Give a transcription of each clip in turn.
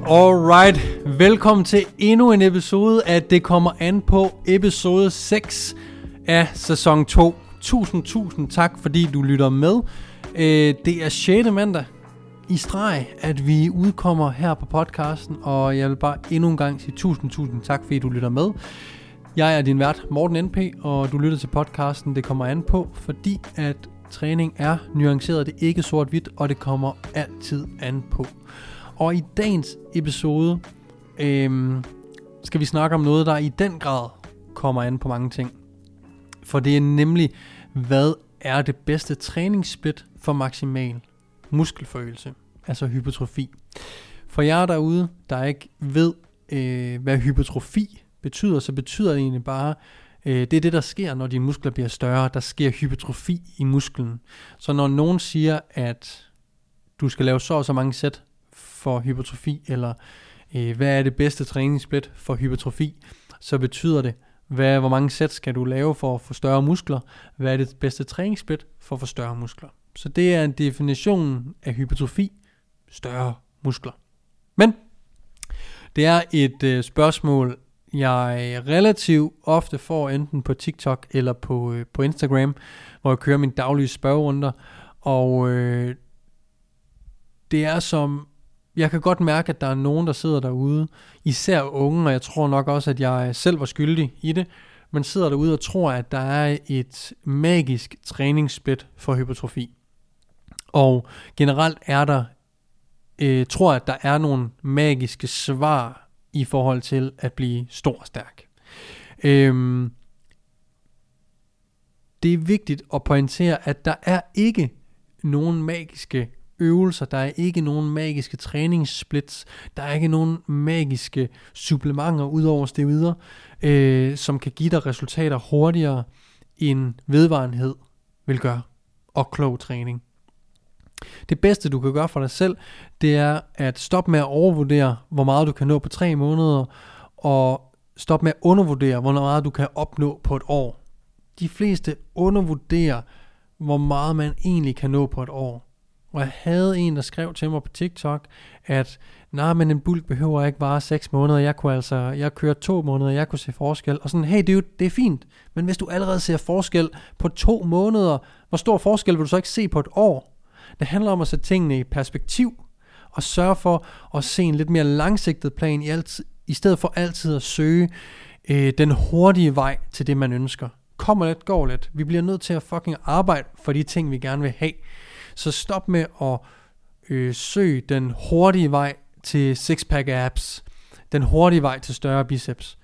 Alright, velkommen til endnu en episode af Det kommer an på, episode 6 af sæson 2. Tusind tak, fordi du lytter med. Det er 6. mandag i streg, at vi udkommer her på podcasten, og jeg vil bare endnu en gang sige tusind tak, fordi du lytter med. Jeg er din vært, Morten NP, og du lytter til podcasten Det kommer an på, fordi at træning er nuanceret, det er ikke sort-hvidt, og det kommer altid an på. Og i dagens episode skal vi snakke om noget, der i den grad kommer an på mange ting. For det er nemlig, hvad er det bedste træningssplit for maksimal muskelforøgelse, altså hypertrofi. For jer derude, der ikke ved, hvad hypertrofi betyder, så betyder det egentlig bare, det er det, der sker, når dine muskler bliver større. Der sker hypertrofi i musklen. Så når nogen siger, at du skal lave så og så mange sæt for hypertrofi, eller hvad er det bedste træningssplit for hypertrofi, så betyder det, hvor mange sæt skal du lave for at få større muskler, hvad er det bedste træningssplit for at få større muskler. Så det er en definition af hypertrofi, større muskler. Men det er et spørgsmål, jeg relativt ofte får enten på TikTok eller på Instagram, hvor jeg kører mine daglige spørgerunder, og det er som, jeg kan godt mærke, at der er nogen, der sidder derude, især unge, og jeg tror nok også, at jeg selv var skyldig i det, men sidder derude og tror, at der er et magisk træningssplit for hypertrofi. Og generelt er der, tror jeg, at der er nogle magiske svar i forhold til at blive stor og stærk. Det er vigtigt at pointere, at der er ikke nogen magiske øvelser, der er ikke nogen magiske træningssplits, der er ikke nogen magiske supplementer udover steroider, som kan give dig resultater hurtigere end vedvarenhed vil gøre, og klog træning. Det bedste du kan gøre for dig selv, det er at stoppe med at overvurdere, hvor meget du kan nå på 3 måneder, og stoppe med at undervurdere, hvor meget du kan opnå på et år. De fleste undervurderer, hvor meget man egentlig kan nå på et år. Og jeg havde en, der skrev til mig på TikTok, at men en bulk behøver ikke vare 6 måneder, jeg kører 2 måneder, jeg kunne se forskel. Og sådan, hey dude, det er fint, men hvis du allerede ser forskel på 2 måneder, hvor stor forskel vil du så ikke se på et år? Det handler om at sætte tingene i perspektiv, og sørge for at se en lidt mere langsigtet plan, i stedet for altid at søge den hurtige vej til det, man ønsker. Kommer lidt, går lidt. Vi bliver nødt til at fucking arbejde for de ting, vi gerne vil have. Så stop med at søge den hurtige vej til sixpack abs, den hurtige vej til større biceps.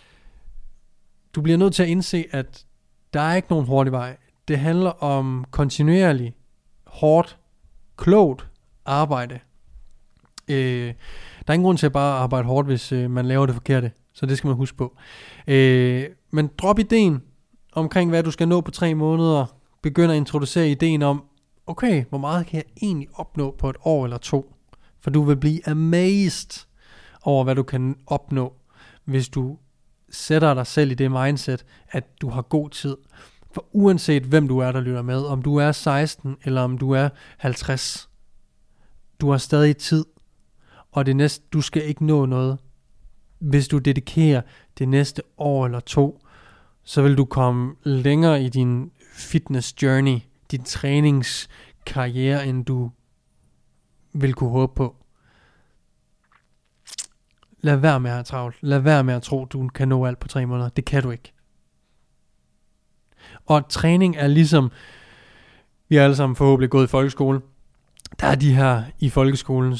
Du bliver nødt til at indse, at der er ikke nogen hurtig vej. Det handler om kontinuerlig, hårdt, klogt arbejde. Der er ingen grund til at bare arbejde hårdt, hvis man laver det forkerte. Så det skal man huske på. Men drop ideen omkring, hvad du skal nå på 3 måneder. Begynd at introducere ideen om, okay, hvor meget kan jeg egentlig opnå på et år eller 2? For du vil blive amazed over, hvad du kan opnå, hvis du sætter dig selv i det mindset, at du har god tid. For uanset hvem du er, der lytter med, om du er 16 eller om du er 50, du har stadig tid, og du skal ikke nå noget. Hvis du dedikerer det næste år eller 2, så vil du komme længere i din fitness journey, din træningskarriere, end du vil kunne håbe på. Lad være med at have travlt. Lad være med at tro, du kan nå alt på 3 måneder. Det kan du ikke. Og træning er ligesom, vi har alle sammen forhåbentlig gået i folkeskole. Der er de her i folkeskolen,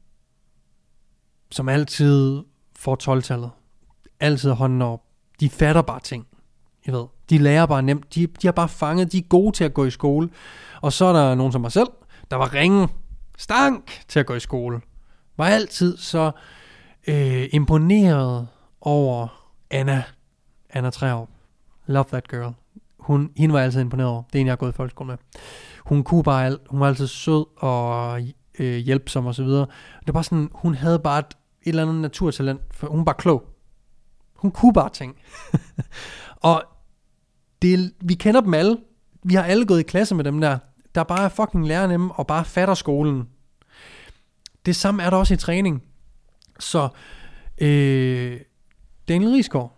som altid får 12-tallet. Altid hånden op. De fatter bare ting. Jeg ved. De lærer bare nemt. De har bare fanget. De er gode til at gå i skole. Og så er der nogen som mig selv, der var stank til at gå i skole. Var altid så imponeret over Anna Trerup. Love that girl. Hende var altid imponeret over. Det er en, jeg har gået i folkeskole med. Hun kunne bare alt. Hun var altid sød og hjælpsom og så videre. Det var bare sådan, hun havde bare et eller andet naturtalent. For hun var bare klog. Hun kunne bare ting. Og vi kender dem alle. Vi har alle gået i klasse med dem der bare er fucking lærer nemme og bare fatter skolen. Det samme er der også i træning. Så Daniel Risgaard,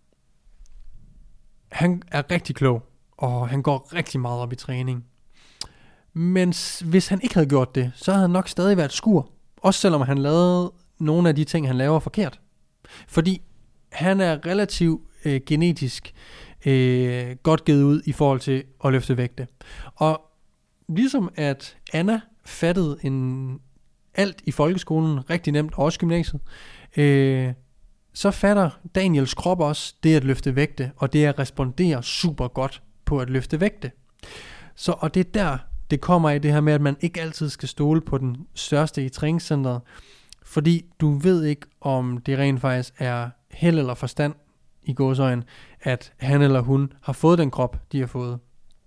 han er rigtig klog, og han går rigtig meget op i træning. Men hvis han ikke havde gjort det, så havde han nok stadig været skur. Også selvom han lavede nogle af de ting, han laver forkert. Fordi han er relativt genetisk godt givet ud i forhold til at løfte vægte. Og ligesom at Anna fattede alt i folkeskolen rigtig nemt, og også gymnasiet, så fatter Daniels krop også det at løfte vægte, og det at respondere super godt på at løfte vægte. Og det er der, det kommer af det her med, at man ikke altid skal stole på den største i træningscenteret, fordi du ved ikke, om det rent faktisk er held eller forstand i gåseøjne, at han eller hun har fået den krop, de har fået.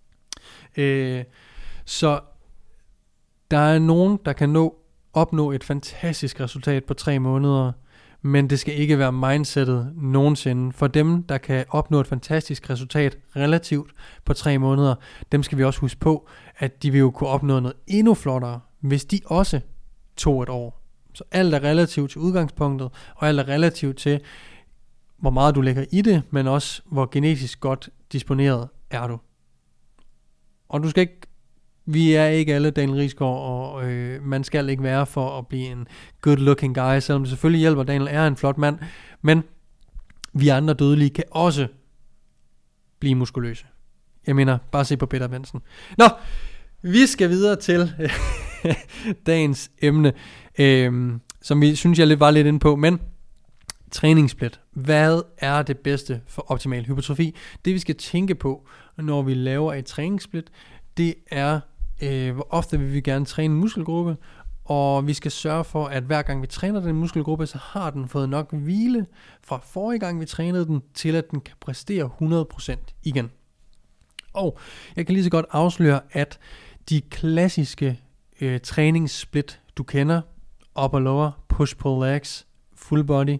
Så der er nogen, der kan opnå et fantastisk resultat på 3 måneder, men det skal ikke være mindsetet nogensinde. For dem, der kan opnå et fantastisk resultat relativt på 3 måneder, dem skal vi også huske på, at de vil jo kunne opnå noget endnu flottere, hvis de også tog et år. Så alt er relativt til udgangspunktet, og alt er relativt til, hvor meget du lægger i det, men også hvor genetisk godt disponeret er du. Og du skal ikke, vi er ikke alle Daniel Risgaard, og man skal ikke være for at blive en good looking guy, selvom det selvfølgelig hjælper. Daniel er en flot mand, men vi andre dødelige kan også blive muskuløse. Jeg mener, bare se på Peter Benson. Nå, vi skal videre til dagens emne, som vi synes, jeg var lidt inde på, men træningssplit. Hvad er det bedste for optimal hypertrofi? Det vi skal tænke på, når vi laver et træningssplit, det er, hvor ofte vil vi gerne træne en muskelgruppe, og vi skal sørge for, at hver gang vi træner den muskelgruppe, så har den fået nok hvile fra forrige gang vi trænede den, til at den kan præstere 100% igen. Og jeg kan lige så godt afsløre, at de klassiske træningssplit, du kender, upper lower, push pull legs, full body,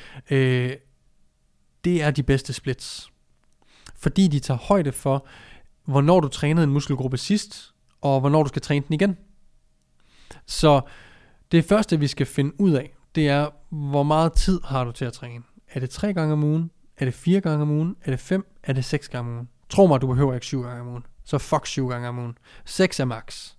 det er de bedste splits. Fordi de tager højde for, hvornår du trænede en muskelgruppe sidst, og hvornår du skal træne den igen. Så det første, vi skal finde ud af, det er, hvor meget tid har du til at træne. Er det 3 gange om ugen? Er det 4 gange om ugen? Er det 5? Er det 6 gange om ugen? Tro mig, du behøver ikke 7 gange om ugen. Så fuck 7 gange om ugen. 6 er max.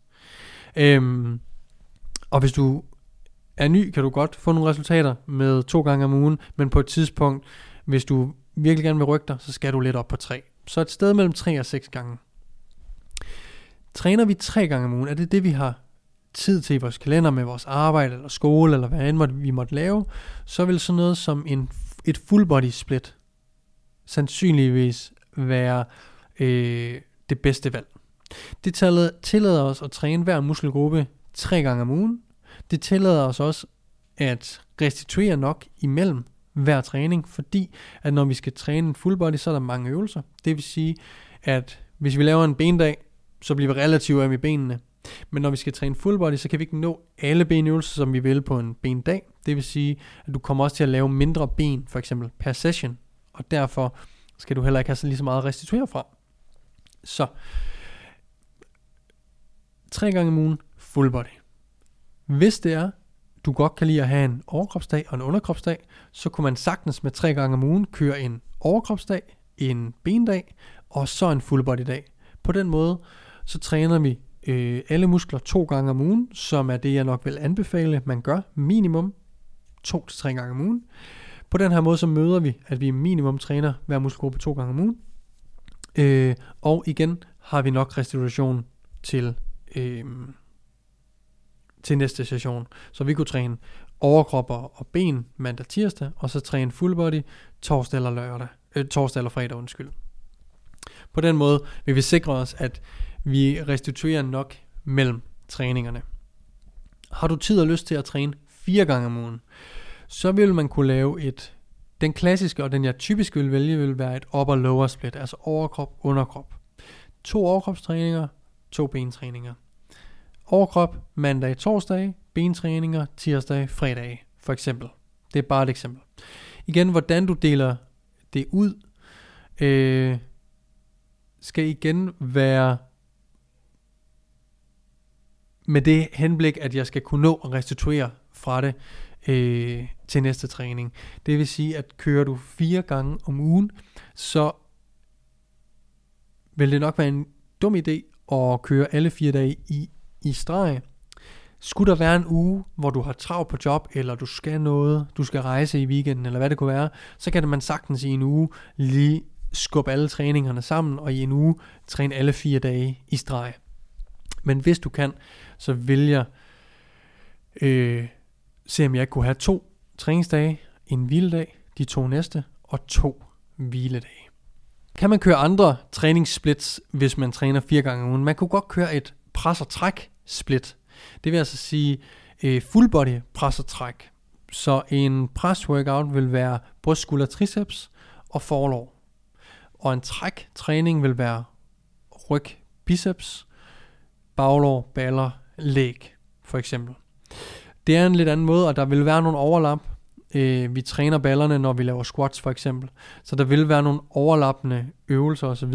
Og hvis du er ny, kan du godt få nogle resultater med 2 gange om ugen, men på et tidspunkt, hvis du virkelig gerne vil rykke dig, så skal du lidt op på 3. Så et sted mellem 3 og 6 gange. Træner vi 3 gange om ugen, er det vi har tid til i vores kalender med vores arbejde eller skole, eller hvad end vi måtte lave, så vil sådan noget som et full body split sandsynligvis være det bedste valg. Det tillader os at træne hver muskelgruppe 3 gange om ugen. Det tillader os også at restituere nok imellem hver træning, fordi at når vi skal træne en full body, så er der mange øvelser. Det vil sige, at hvis vi laver en bendag, så bliver vi relativt ømme i benene. Men når vi skal træne full body, så kan vi ikke nå alle benøvelser, som vi vil på en bendag. Det vil sige, at du kommer også til at lave mindre ben, for eksempel per session. Og derfor skal du heller ikke have lige så meget at restituere fra. Så 3 gange om ugen, full body. Hvis det er, du godt kan lide at have en overkropsdag og en underkropsdag, så kunne man sagtens med 3 gange om ugen køre en overkropsdag, en bendag og så en full body dag. På den måde, så træner vi alle muskler 2 gange om ugen, som er det, jeg nok vil anbefale, man gør minimum 2 til 3 gange om ugen. På den her måde, så møder vi, at vi minimum træner hver muskelgruppe 2 gange om ugen. Og igen har vi nok restitution til næste session. Så vi kunne træne overkropper og ben mandag tirsdag, og så træne full body torsdag eller fredag, undskyld. På den måde vil vi sikre os, at vi restituerer nok mellem træningerne. Har du tid og lyst til at træne 4 gange om ugen, så vil man kunne lave den klassiske, og den jeg typisk vil vælge, vil være et upper lower split, altså overkrop, underkrop. 2 overkropstræninger, 2 bentræninger. Overkrop mandag, torsdag, bentræninger, tirsdag, fredag, for eksempel. Det er bare et eksempel. Igen, hvordan du deler det ud, skal igen være med det henblik, at jeg skal kunne nå at restituere fra det til næste træning. Det vil sige, at kører du 4 gange om ugen, så vil det nok være en dum idé at køre alle 4 dage i streg. Skulle der være en uge, hvor du har travlt på job, eller du skal noget, du skal rejse i weekenden, eller hvad det kunne være, så kan man sagtens i en uge lige skubbe alle træningerne sammen, og i en uge træne alle 4 dage i streg. Men hvis du kan, så vil jeg se om jeg kunne have 2 træningsdage, en hviledag, de 2 næste, og 2 hviledage. Kan man køre andre træningssplits, hvis man træner 4 gange om ugen? Man kunne godt køre et pres og træk split. Det vil altså sige full body pres og træk. Så en press workout vil være bryst, skulder, triceps og forlår. Og en træk træning vil være ryg, biceps, baglår, baller, læg for eksempel. Det er en lidt anden måde, og der vil være nogle overlap. Vi træner ballerne, når vi laver squats for eksempel. Så der vil være nogle overlappende øvelser osv.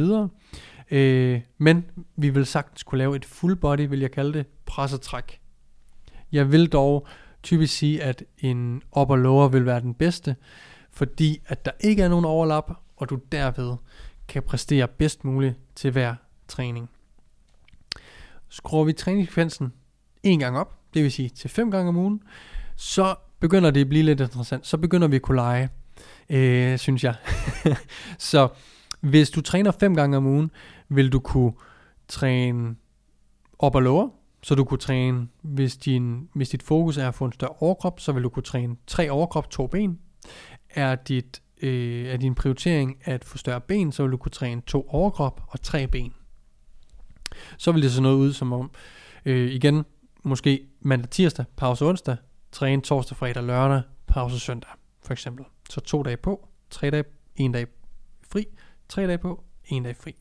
Men vi vil sagtens kunne lave et full body, vil jeg kalde det, pres og træk. Jeg vil dog typisk sige, at en upper lower vil være den bedste, fordi at der ikke er nogen overlap, og du derved kan præstere bedst muligt til hver træning. Skruer vi træningsfrekvensen 1 gang op, det vil sige til 5 gange om ugen, så begynder det at blive lidt interessant. Så begynder vi at kunne lege, synes jeg. Så hvis du træner 5 gange om ugen, vil du kunne træne upper lower. Så du kunne træne, hvis dit fokus er at få en større overkrop, så vil du kunne træne 3 overkrop, 2 ben. Er din prioritering at få større ben, så vil du kunne træne 2 overkrop og 3 ben. Så vil det se noget ud som om, igen, måske mandag, tirsdag, pause onsdag, træne torsdag, fredag, lørdag, pause søndag, for eksempel. Så 2 dage på, 3 dage, 1 dag fri, 3 dage på, 1 dag fri.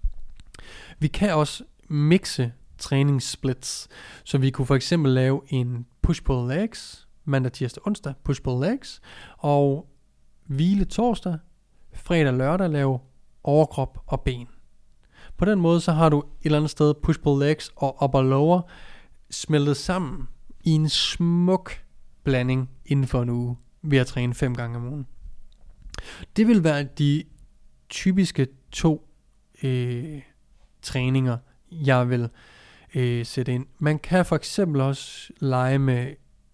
Vi kan også mixe træningssplits, så vi kunne for eksempel lave en push-pull legs, mandag, tirsdag, onsdag, push-pull legs, og hvile torsdag, fredag, lørdag lave overkrop og ben. På den måde så har du et eller andet sted push-pull legs og upper lower smeltet sammen i en smuk blanding inden for en uge ved at træne 5 gange om ugen. Det vil være de typiske 2 træninger, jeg vil sætte ind. Man kan for eksempel også lege med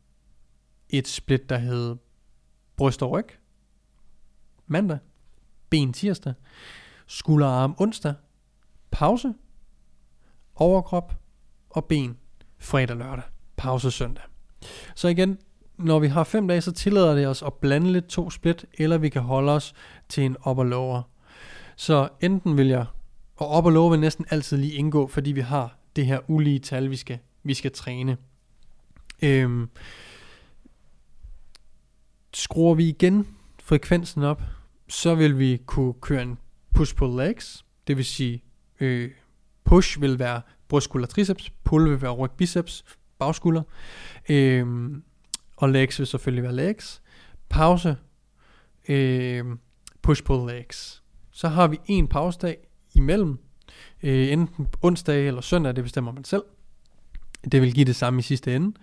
et split, der hedder bryst og ryg mandag, ben tirsdag, skulder og arm onsdag, pause, overkrop og ben fredag lørdag, pause søndag. Så igen, når vi har 5 dage, så tillader det os at blande lidt 2 split, eller vi kan holde os til en upper lower. Så enten vil jeg, og upper lower vil næsten altid lige indgå, fordi vi har det her ulige tal, vi skal træne. Skruer vi igen frekvensen op, så vil vi kunne køre en push-pull legs. Det vil sige, push vil være bryst, skulder, triceps, pull vil være ryg, biceps, bagskulder, og legs vil selvfølgelig være legs. Pause, push-pull legs. Så har vi en pausedag imellem, enten onsdag eller søndag, det bestemmer man selv. Det vil give det samme i sidste ende.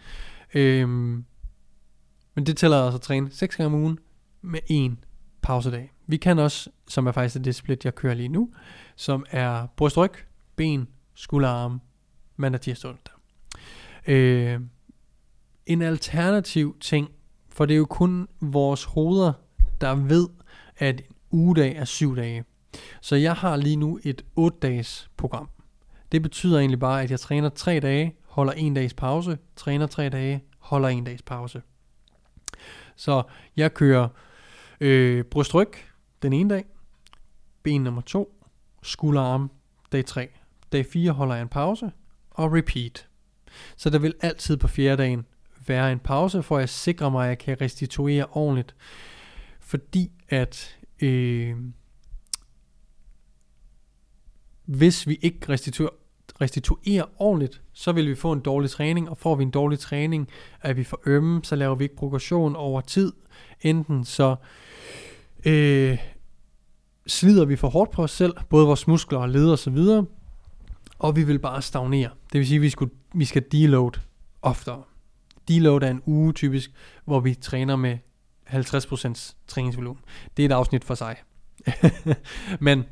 Men det tæller altså at træne 6 gange om ugen med 1 pausedag. Vi kan også, som er faktisk det split, jeg kører lige nu, som er bryst, ryg, ben, skulder, arm, mandag, tirsdag, onsdag. En alternativ ting, for det er jo kun vores hoveder, der ved, at en ugedag er 7 dage. Så jeg har lige nu et 8-dages program. Det betyder egentlig bare, at jeg træner 3 dage, holder 1 dags pause, træner 3 dage, holder 1 dags pause. Så jeg kører bryst, ryg den ene dag, ben nummer 2, skulder, arm dag 3. Dag 4 holder jeg en pause, og repeat. Så der vil altid på 4. dagen være en pause, for at sikre mig, at jeg kan restituere ordentligt. Fordi at hvis vi ikke restituerer ordentligt, så vil vi få en dårlig træning, og får vi en dårlig træning, at vi får ømme, så laver vi ikke progression over tid. Enten så slider vi for hårdt på os selv, både vores muskler og led og så videre, og vi vil bare stagnere. Det vil sige, at vi skal deload oftere. deload af en uge typisk, hvor vi træner med 50% træningsvolumen. Det er et afsnit for sig. Men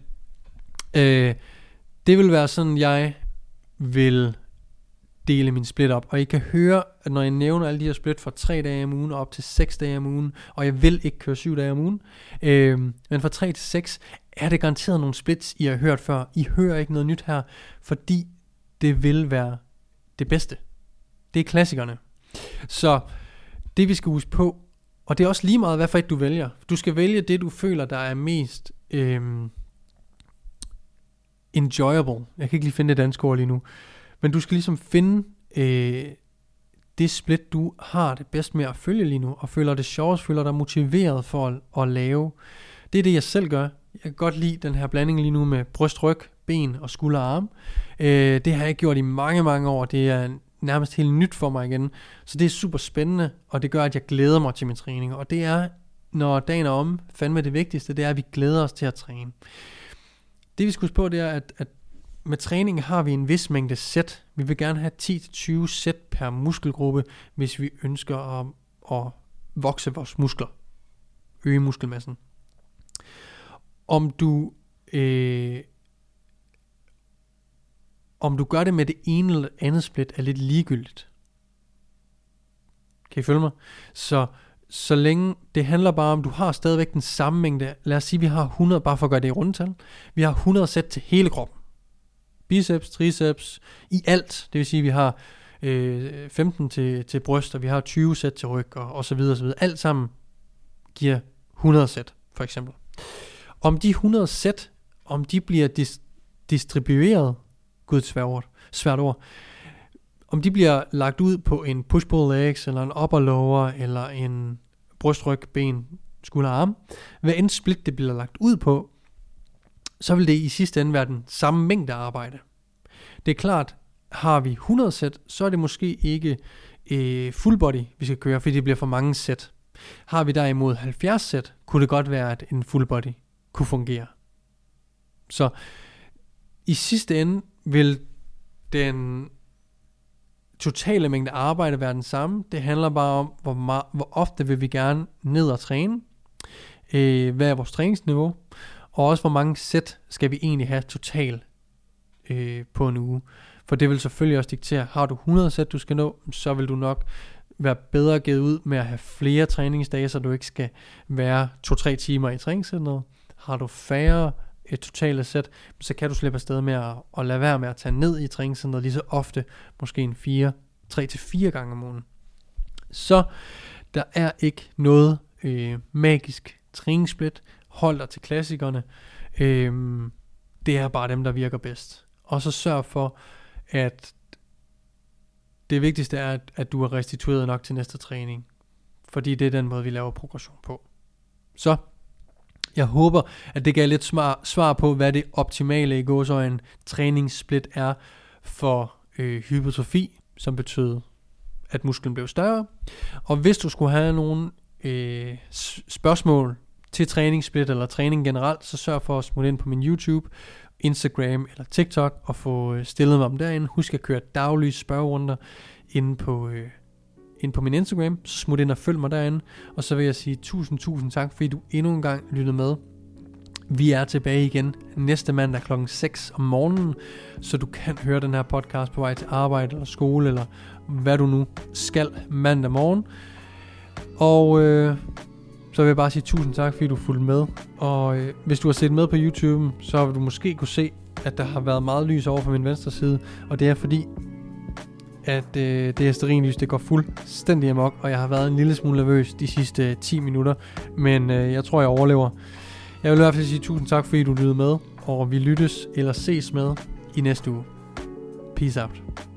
det vil være sådan, jeg vil dele min split op. Og I kan høre, at når jeg nævner alle de her split fra 3 dage om ugen og op til 6 dage om ugen, og jeg vil ikke køre 7 dage om ugen, men fra 3 til 6 er det garanteret nogle splits, I har hørt før. I hører ikke noget nyt her, fordi det vil være det bedste. Det er klassikerne. Så det vi skal huske på, og det er også lige meget, hvad for et du vælger. Du skal vælge det, du føler, der er mest enjoyable. Jeg kan ikke lige finde det danske ord lige nu. Men du skal ligesom finde det split, du har det bedst med at følge lige nu, og føler det sjovest, føler dig motiveret for at lave. Det er det, jeg selv gør. Jeg kan godt lide den her blanding lige nu med bryst, ryg, ben og skulder og arm. Det har jeg gjort i mange, mange år. Det er nærmest helt nyt for mig igen. Så det er super spændende, og det gør, at jeg glæder mig til min træning. Og det er, når dagen er om, fandme det vigtigste, det er, at vi glæder os til at træne. Det vi skal huske på, det er, at med træning har vi en vis mængde sæt. Vi vil gerne have 10-20 sæt per muskelgruppe, hvis vi ønsker at vokse vores muskler. Øge muskelmassen. Om du gør det med det ene eller andet split, er lidt ligegyldigt. Kan I følge mig? Så længe det handler bare om, du har stadigvæk den samme mængde. Lad os sige, vi har 100, bare for at gøre det i rundtal. Vi har 100 sæt til hele kroppen. Biceps, triceps, i alt. Det vil sige, at vi har 15 til bryst, og vi har 20 sæt til ryg, og så videre, så videre. Alt sammen giver 100 sæt, for eksempel. Om de 100 sæt, om de bliver distribueret, gud, svært ord, om de bliver lagt ud på en push-pull legs, eller en upper lower, eller en bryst, ryg, ben, skulder, arm, hvad end split det bliver lagt ud på, så vil det i sidste ende være den samme mængde arbejde. Det er klart, har vi 100 sæt, så er det måske ikke full body, vi skal køre, fordi det bliver for mange sæt. Har vi derimod 70 sæt, kunne det godt være, at en full body kunne fungere. Så i sidste ende vil den totale mængde arbejde være den samme. Det handler bare om, hvor ofte vil vi gerne ned og træne, hvad er vores træningsniveau, og også hvor mange sæt skal vi egentlig have totalt på en uge. For det vil selvfølgelig også diktere, har du 100 sæt du skal nå, så vil du nok være bedre givet ud med at have flere træningsdage, så du ikke skal være 2-3 timer i træningscenteret. Har du færre totale sæt, så kan du slippe afsted med at lade være med at tage ned i træningscenteret lige så ofte, måske en 3-4 gange om ugen. Så der er ikke noget magisk træningssplit. Hold dig til klassikerne. Det er bare dem, der virker bedst. Og så sørg for, at det vigtigste er, at du er restitueret nok til næste træning. Fordi det er den måde, vi laver progression på. Så jeg håber, at det gav lidt svar på, hvad det optimale i gåseøjne træningssplit er for hypertrofi, som betød, at musklen blev større. Og hvis du skulle have nogle spørgsmål til træningssplit eller træning generelt, så sørg for at smutte ind på min YouTube, Instagram eller TikTok og få stillet mig om derinde. Husk at køre daglige spørgerunder inde på min Instagram, så smut ind og følg mig derinde. Og så vil jeg sige tusind tak, fordi du endnu en gang lyttede med. Vi er tilbage igen næste mandag kl. 6 om morgenen, så du kan høre den her podcast på vej til arbejde eller skole, eller hvad du nu skal mandag morgen. Og så vil jeg bare sige tusind tak, fordi du fulgte med. Og hvis du har set med på YouTube, så vil du måske kunne se, at der har været meget lys over for min venstre side. Og det er fordi, at det her stearinlys, det går fuldstændig amok, og jeg har været en lille smule nervøs de sidste 10 minutter. Men jeg tror, jeg overlever. Jeg vil i hvert fald sige tusind tak, fordi du lyttede med. Og vi lyttes eller ses med i næste uge. Peace out.